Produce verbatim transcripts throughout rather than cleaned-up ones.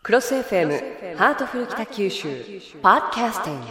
クロス エフエム ハートフル北九州パーキャスティング。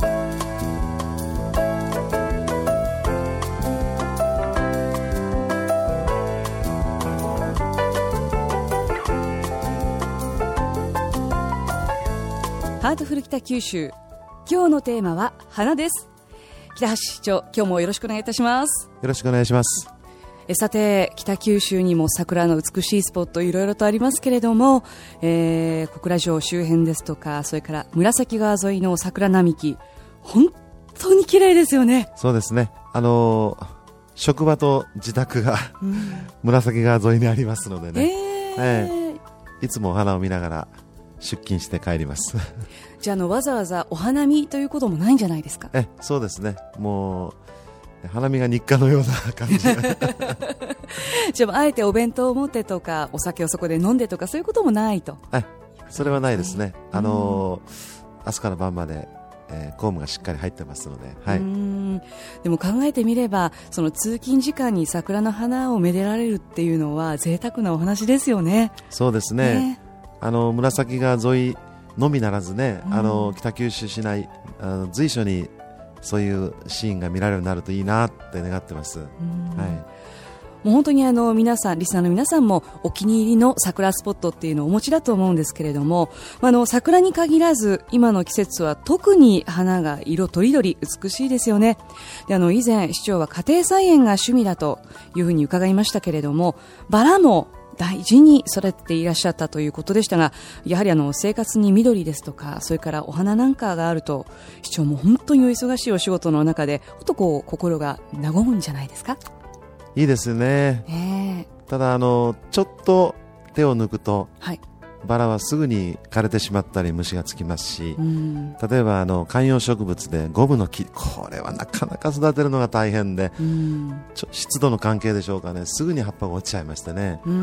ハートフル北九州、今日のテーマは花です。北橋市長、今日もよろしくお願いいたします。 よろしくお願いします。 えさて、北九州にも桜の美しいスポットいろいろとありますけれども、えー、小倉城周辺ですとか、それから紫川沿いの桜並木、本当に綺麗ですよね。 そうですね、あのー、職場と自宅が、うん、紫川沿いにありますのでね、えーえー、いつもお花を見ながら出勤して帰ります。 じゃあ、あのわざわざお花見ということもないんじゃないですか。 えそうですね、もう花見が日課のような感じ。 じゃあ、あえてお弁当を持ってとかお酒をそこで飲んでとかそういうこともないと。 えそれはないですね。あのー、明日から晩まで、えー、公務がしっかり入ってますので、はい、うんでも考えてみれば、その通勤時間に桜の花をめでられるっていうのは贅沢なお話ですよね。 そうですね、ね、あの紫川沿いのみならずね、あの北九州市内あの随所にそういうシーンが見られるようになるといいなって願ってます。はい、 もう本当にあの皆さん、リスナーの皆さんもお気に入りの桜スポットっていうのをお持ちだと思うんですけれども、あの桜に限らず今の季節は特に花が色とりどり美しいですよね。で、あの以前市長は家庭菜園が趣味だというふうに伺いましたけれども、バラも大事に育てていらっしゃったということでしたが、やはりあの生活に緑ですとか、それからお花なんかがあると、市長も本当にお忙しいお仕事の中でほっとこう心が和むんじゃないですか。いいですね、えー、ただあのちょっと手を抜くと、はい、バラはすぐに枯れてしまったり虫がつきますし、うん、例えばあの観葉植物でゴムの木、これはなかなか育てるのが大変で、うん、ちょ湿度の関係でしょうかね、すぐに葉っぱが落ちちゃいましてね、うん、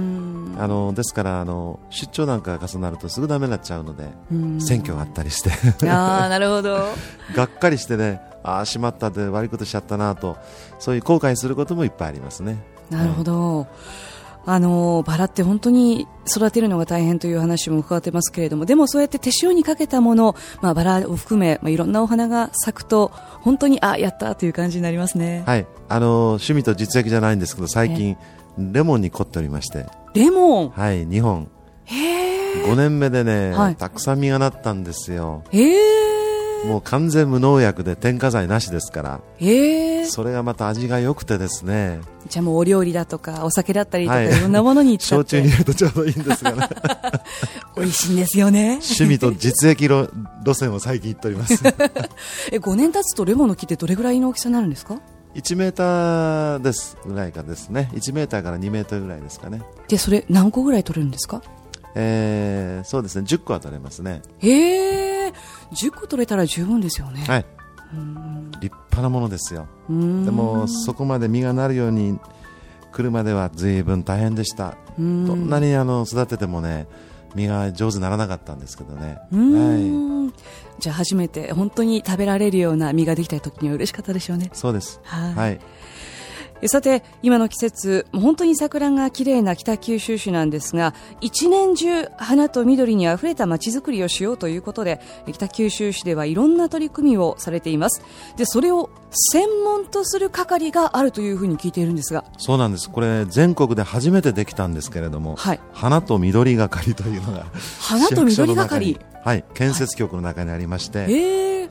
あのですからあの出張なんかが重なるとすぐダメになっちゃうので、うん、選挙があったりしてあーなるほどがっかりしてね、ああしまったで悪いことしちゃったなと、そういう後悔することもいっぱいありますね。 なるほど、あのバラって本当に育てるのが大変という話も伺ってますけれども、でもそうやって手塩にかけたもの、まあ、バラを含め、まあ、いろんなお花が咲くと本当にあやったという感じになりますね。 はい、あの趣味と実益じゃないんですけど、最近レモンに凝っておりまして。 レモン、 はい、にほん、へごねんめでね、はい、たくさん実がなったんですよ。へー、もう完全無農薬で添加剤なしですから、へー、それがまた味が良くてですね。 じゃあもうお料理だとかお酒だったりとか、はい、いろんなものに使って焼酎に入れるとちょうどいいんですがね美味しいんですよね。 趣味と実益路線を最近行っておりますえごねん経つとレモンの木ってどれぐらいの大きさになるんですか。 いちメーターですぐらいかですね。いちメーターからにメートルぐらいですかね。 でそれ何個ぐらい取れるんですか。 えー、そうですね、じゅっこは取れますね。 へー、じゅっこ取れたら十分ですよね。 はい、うん立派なものですよ。でもそこまで実がなるように来るまでは随分大変でした。どんなにあの育ててもね、実が上手にならなかったんですけどね。 はい、じゃあ初めて本当に食べられるような実ができた時には嬉しかったでしょうね。 そうです。はい、はい、 さて、今の季節本当に桜が綺麗な北九州市なんですが、一年中花と緑にあふれた街づくりをしようということで、北九州市ではいろんな取り組みをされています。でそれを専門とする係があるというふうに聞いているんですが。 そうなんです。これ全国で初めてできたんですけれども、はい、花と緑係というのが花と緑係、 はい、建設局の中にありまして、はい、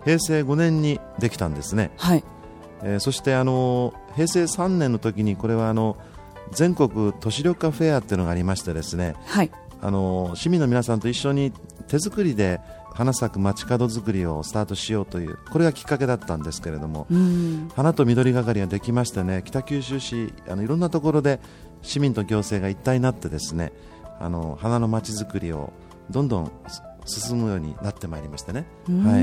平成ごねんにできたんですね。はい、えー、そしてあの平成さんねんの時にこれはあの全国都市緑化フェアっていうのがありましてですね、はい、あの市民の皆さんと一緒に手作りで花咲く街角作りをスタートしようという、これがきっかけだったんですけれども、花と緑係ができましてね、北九州市あのいろんなところで市民と行政が一体になってですね、あの花の街づくりをどんどん進むようになってまいりましてね。はい、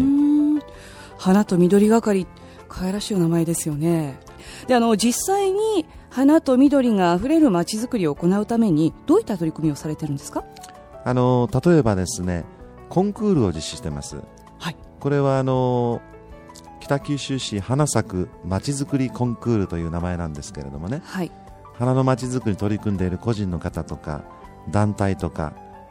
花と緑係、可愛らしいお名前ですよね。であの実際に花と緑があふれる街づくりを行うためにどういった取り組みをされているんですか。 あの例えばですね、コンクールを実施しています。はい、これはあの北九州市花咲く街づくりコンクールという名前なんですけれどもね、はい、花の街づくりに取り組んでいる個人の方とか団体とか、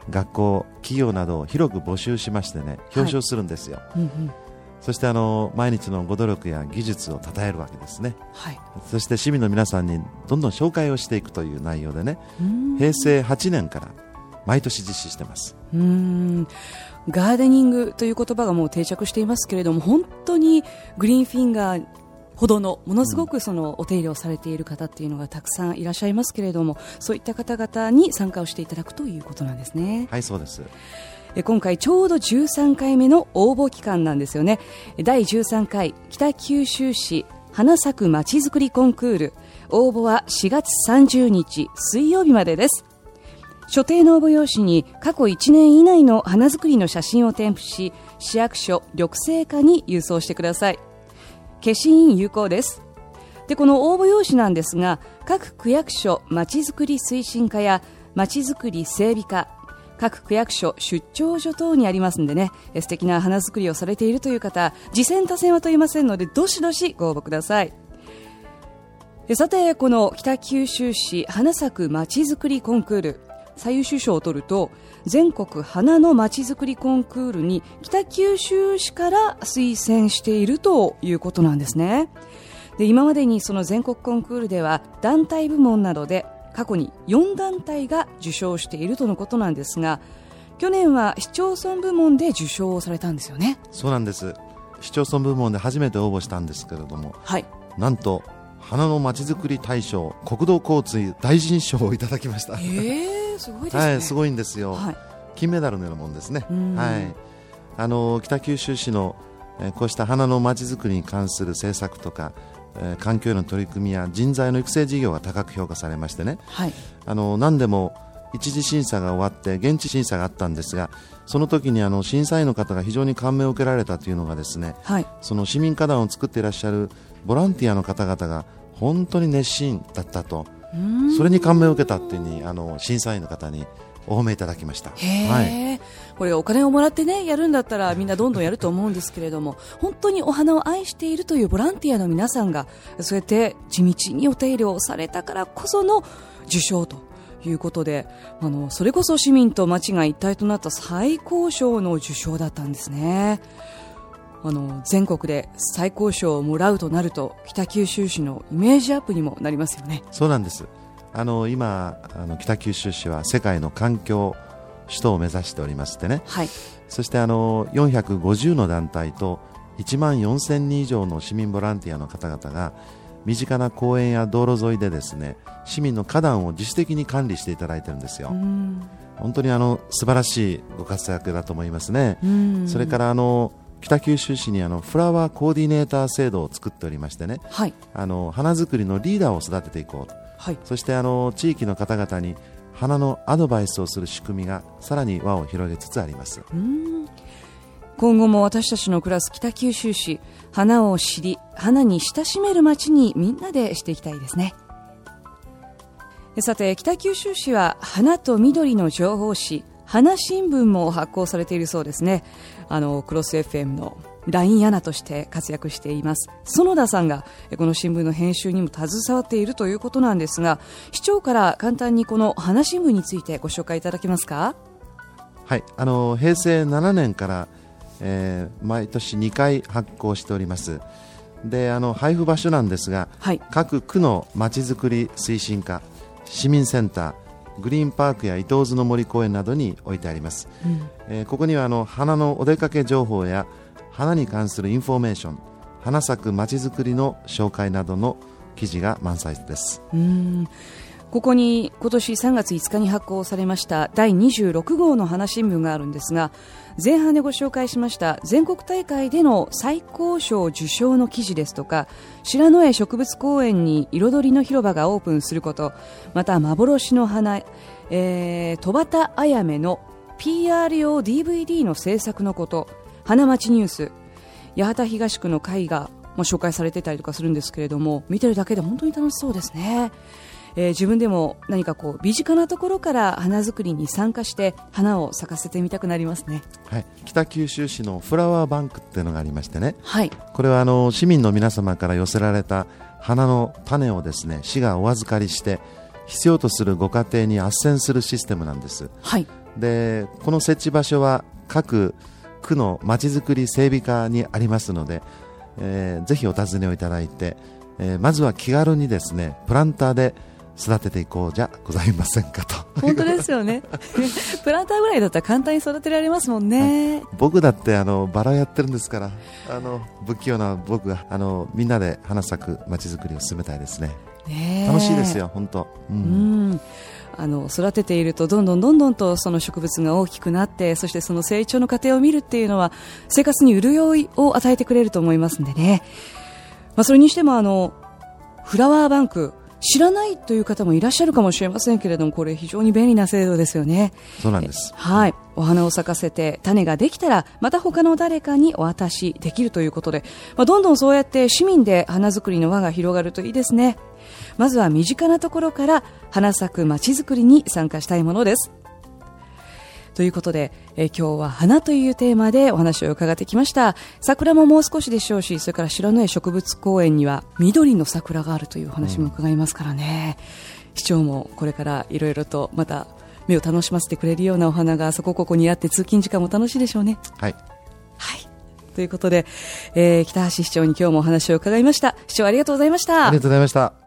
学校企業などを広く募集しましてね、表彰するんですよ、はい、うんうん、そしてあの毎日のご努力や技術を称えるわけですね、はい、そして市民の皆さんにどんどん紹介をしていくという内容でね、へいせいはちねんから毎年実施しています。 うーん、ガーデニングという言葉がもう定着していますけれども、本当にグリーンフィンガーほどのものすごくそのお手入れをされている方っていうのがたくさんいらっしゃいますけれども、そういった方々に参加をしていただくということなんですね。 はい、そうです。 今回ちょうどじゅうさんかいめの応募期間なんですよね。だいじゅうさんかい北九州市花咲くまちづくりコンクール、応募はしがつさんじゅうにち水曜日までです。所定の応募用紙に過去いちねん以内の花作りの写真を添付し、市役所緑生課に郵送してください。消印有効です。で、この応募用紙なんですが、各区役所まちづくり推進課やまちづくり整備課、各区役所出張所等にありますんでね、素敵な花作りをされているという方、次戦他戦は問いませんので、どしどしご応募ください。さて、この北九州市花咲くまちづくりコンクール、最優秀賞を取ると全国花のまちづくりコンクールに北九州市から推薦しているということなんですね。で、今までにその全国コンクールでは団体部門などで過去によんだんたいが受賞しているとのことなんですが、去年は市町村部門で受賞をされたんですよね。 そうなんです。市町村部門で初めて応募したんですけれども、 はい、 なんと花のまちづくり大賞国土交通大臣賞をいただきました。 えー、すごいですね。 はい、すごいんですよ、はい、金メダルのようなもんですね。はい、あの北九州市の、えー、こうした花のまちづくりに関する政策とか、えー、環境への取り組みや人材の育成事業が高く評価されましてね、はい、あの何でも一次審査が終わって現地審査があったんですが、その時にあの審査員の方が非常に感銘を受けられたというのがですね、はい、その市民花壇を作っていらっしゃるボランティアの方々が本当に熱心だったと、それに感銘を受けたっていうにあの審査員の方にお褒めいただきました。 へ、はい、これお金をもらってねやるんだったらみんなどんどんやると思うんですけれども、本当にお花を愛しているというボランティアの皆さんがそうやって地道にお手入れをされたからこその受賞ということで、あのそれこそ市民と町が一体となった最高賞の受賞だったんですね。あの全国で最高賞をもらうとなると北九州市のイメージアップにもなりますよね。 そうなんです。あの今あの北九州市は世界の環境首都を目指しておりましてね、はい、そしてあのよんひゃくごじゅうの団体といちまんよんせんにん以上の市民ボランティアの方々が身近な公園や道路沿いでですね、市民の花壇を自主的に管理していただいているんですよ。うん、本当にあの素晴らしいご活躍だと思いますね。うん、それからあの北九州市にあのフラワーコーディネーター制度を作っておりましてね、はい、あの花作りのリーダーを育てていこうと、はい、そしてあの地域の方々に花のアドバイスをする仕組みがさらに輪を広げつつあります。 うん、今後も私たちの暮らす北九州市、花を知り花に親しめる街にみんなでしていきたいですね。さて、北九州市は花と緑の情報誌花新聞も発行されているそうですね。あのクロス エフエム の ライン アナとして活躍しています園田さんがこの新聞の編集にも携わっているということなんですが、市長から簡単にこの花新聞についてご紹介いただけますか。 はい、あのへいせいななねんから、えー、毎年にかい発行しております。で、あの配布場所なんですが、はい、各区のまちづくり推進課、市民センター、グリーンパークや伊東津の森公園などに置いてあります。うん、えー、ここにはあの花のお出かけ情報や花に関するインフォメーション、花咲くまちづくりの紹介などの記事が満載です。 うーん、ここに今年さんがついつかに発行されましただいにじゅうろくごうの花新聞があるんですが、前半でご紹介しました全国大会での最高賞受賞の記事ですとか、白野江植物公園に彩りの広場がオープンすること、また幻の花、えー、戸畑あやめの ピーアール 用 ディーブイディー の制作のこと、花町ニュース、八幡東区の絵画も紹介されてたりとかするんですけれども、見てるだけで本当に楽しそうですね。えー、自分でも何かこう身近なところから花作りに参加して花を咲かせてみたくなりますね。 はい、北九州市のフラワーバンクっていうのがありましてね、 はい、 これはあの市民の皆様から寄せられた花の種をですね、市がお預かりして必要とするご家庭に斡旋するシステムなんです。はい、 でこの設置場所は各区のまちづくり整備課にありますので、えー、ぜひお尋ねをいただいて、えー、まずは気軽にですねプランターで育てていこうじゃございませんかと。 本当ですよねプランターぐらいだったら簡単に育てられますもんね、 はい、僕だってあのバラやってるんですから、あの不器用な僕があのみんなで花咲くまちづくりを進めたいですね。ね、楽しいですよ本当、うん、うんあの育てているとどんどんどんどんとその植物が大きくなって、そしてその成長の過程を見るっていうのは生活に潤いを与えてくれると思いますんでね、まあ、それにしてもあのフラワーバンク知らないという方もいらっしゃるかもしれませんけれども、これ非常に便利な制度ですよね。 そうなんです。 はい、お花を咲かせて種ができたらまた他の誰かにお渡しできるということで、まあ、どんどんそうやって市民で花作りの輪が広がるといいですね。まずは身近なところから花咲くまちづくりに参加したいものです。ということで、え今日は花というテーマでお話を伺ってきました。桜ももう少しでしょうし、それから白野江植物公園には緑の桜があるという話も伺いますからね、うん、市長もこれからいろいろとまた目を楽しませてくれるようなお花がそこここにあって、通勤時間も楽しいでしょうね。 はい、 はい、ということで、えー、北橋市長に今日もお話を伺いました。市長ありがとうございました。 ありがとうございました。